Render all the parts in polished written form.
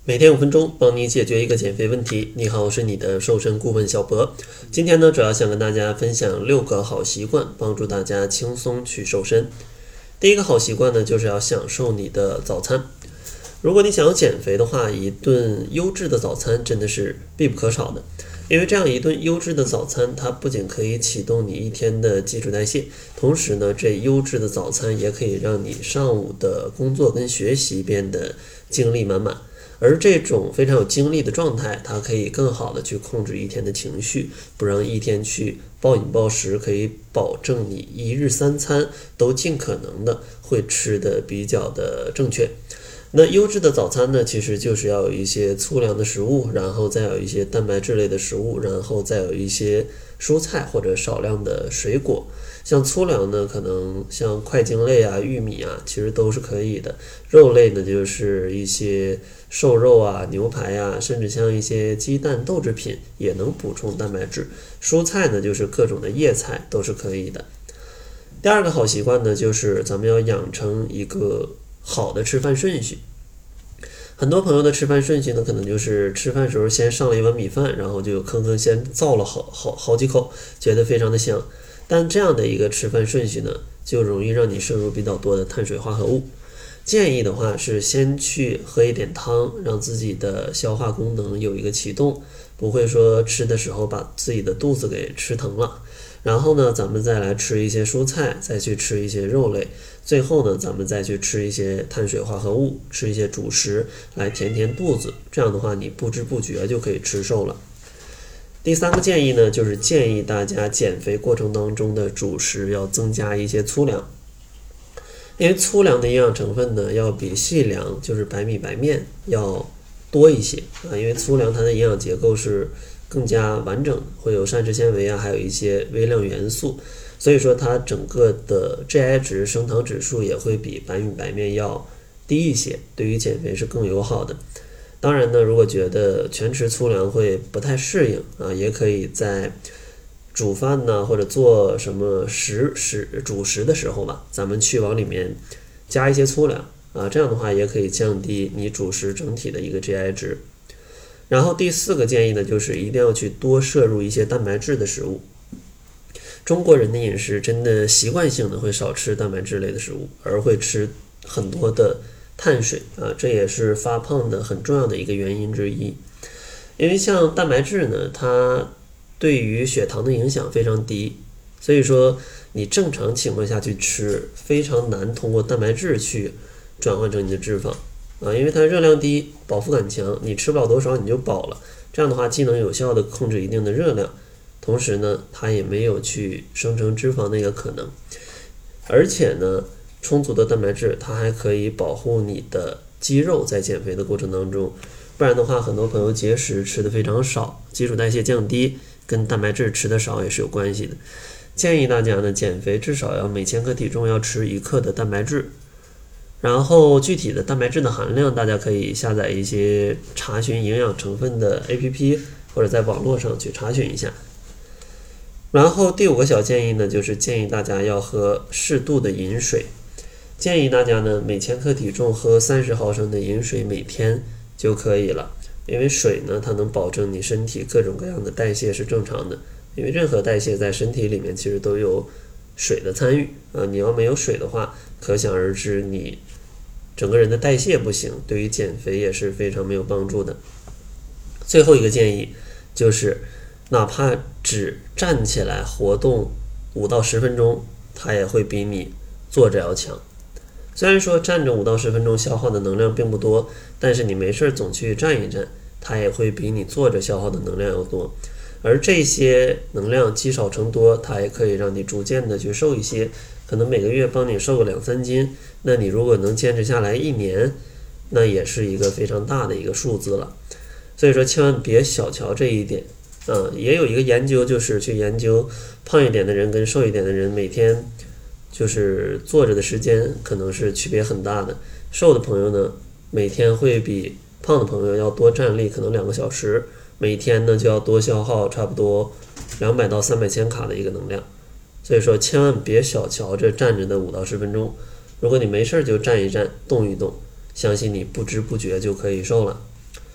每天5分钟，帮你解决一个减肥问题。你好，我是你的瘦身顾问小博。今天呢，主要想跟大家分享6个好习惯，帮助大家轻松去瘦身。第一个好习惯呢，就是要享受你的早餐。如果你想要减肥的话，一顿优质的早餐真的是必不可少的。因为这样一顿优质的早餐，它不仅可以启动你一天的基础代谢，同时呢，这优质的早餐也可以让你上午的工作跟学习变得精力满满。而这种非常有精力的状态，它可以更好的去控制一天的情绪，不让一天去暴饮暴食，可以保证你一日3餐都尽可能的会吃的比较的正确。那优质的早餐呢，其实就是要有一些粗粮的食物，然后再有一些蛋白质类的食物，然后再有一些蔬菜或者少量的水果。像粗粮呢，可能像块茎类啊、玉米啊，其实都是可以的。肉类呢，就是一些瘦肉啊、牛排啊，甚至像一些鸡蛋、豆制品也能补充蛋白质。蔬菜呢，就是各种的叶菜都是可以的。第二个好习惯呢，就是咱们要养成一个好的吃饭顺序。很多朋友的吃饭顺序呢，可能就是吃饭时候先上了一碗米饭，然后就吭吭先造了好几口，觉得非常的香。但这样的一个吃饭顺序呢，就容易让你摄入比较多的碳水化合物。建议的话是先去喝一点汤，让自己的消化功能有一个启动，不会说吃的时候把自己的肚子给吃疼了。然后呢，咱们再来吃一些蔬菜，再去吃一些肉类，最后呢，咱们再去吃一些碳水化合物，吃一些主食来填肚子。这样的话，你不知不觉就可以吃瘦了。第三个建议呢，就是建议大家减肥过程当中的主食要增加一些粗粮，因为粗粮的营养成分呢，要比细粮，就是白米白面要多一些啊。因为粗粮它的营养结构是更加完整，会有膳食纤维啊，还有一些微量元素，所以说它整个的 GI 值、升糖指数也会比白米白面要低一些，对于减肥是更友好的。当然呢，如果觉得全吃粗粮会不太适应啊，也可以在煮饭呢或者做什么主食的时候吧，咱们去往里面加一些粗粮啊，这样的话也可以降低你主食整体的一个 GI 值。然后第4个建议呢，就是一定要去多摄入一些蛋白质的食物。中国人的饮食真的习惯性的会少吃蛋白质类的食物，而会吃很多的碳水啊，这也是发胖的很重要的一个原因之一。因为像蛋白质呢，它对于血糖的影响非常低，所以说你正常情况下去吃，非常难通过蛋白质去转换成你的脂肪啊，因为它热量低，饱腹感强，你吃不了多少你就饱了。这样的话，既能有效的控制一定的热量，同时呢，它也没有去生成脂肪的一个可能。而且呢，充足的蛋白质，它还可以保护你的肌肉在减肥的过程当中。不然的话，很多朋友节食吃的非常少，基础代谢降低，跟蛋白质吃的少也是有关系的。建议大家呢，减肥至少要每千克体重要吃1克的蛋白质。然后具体的蛋白质的含量，大家可以下载一些查询营养成分的 APP， 或者在网络上去查询一下。然后第5个小建议呢，就是建议大家要喝适度的饮水。建议大家呢，每千克体重喝30毫升的饮水每天就可以了。因为水呢，它能保证你身体各种各样的代谢是正常的。因为任何代谢在身体里面其实都有水的参与啊，你要没有水的话，可想而知你整个人的代谢不行，对于减肥也是非常没有帮助的。最后一个建议就是，哪怕只站起来活动5到10分钟，它也会比你坐着要强。虽然说站着5到10分钟消耗的能量并不多，但是你没事总去站一站，它也会比你坐着消耗的能量要多。而这些能量积少成多，它也可以让你逐渐的去瘦一些，可能每个月帮你瘦个2-3斤，那你如果能坚持下来1年，那也是一个非常大的一个数字了。所以说千万别小瞧这一点也有一个研究，就是去研究胖一点的人跟瘦一点的人每天就是坐着的时间可能是区别很大的。瘦的朋友呢，每天会比胖的朋友要多站立可能2个小时，每天呢就要多消耗差不多200到300千卡的一个能量。所以说千万别小瞧这站着的5到10分钟，如果你没事就站一站动一动，相信你不知不觉就可以瘦了。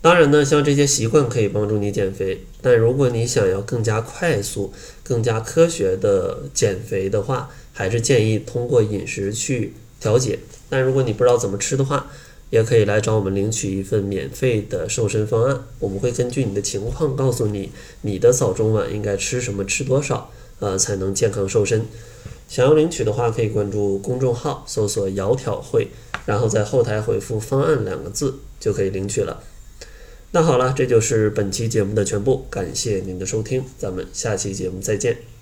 当然呢，像这些习惯可以帮助你减肥，但如果你想要更加快速、更加科学的减肥的话，还是建议通过饮食去调节。但如果你不知道怎么吃的话，也可以来找我们领取一份免费的瘦身方案，我们会根据你的情况告诉你你的早中晚应该吃什么，吃多少，才能健康瘦身。想要领取的话，可以关注公众号，搜索窈窕会，然后在后台回复方案2个字就可以领取了。那好了，这就是本期节目的全部，感谢您的收听，咱们下期节目再见。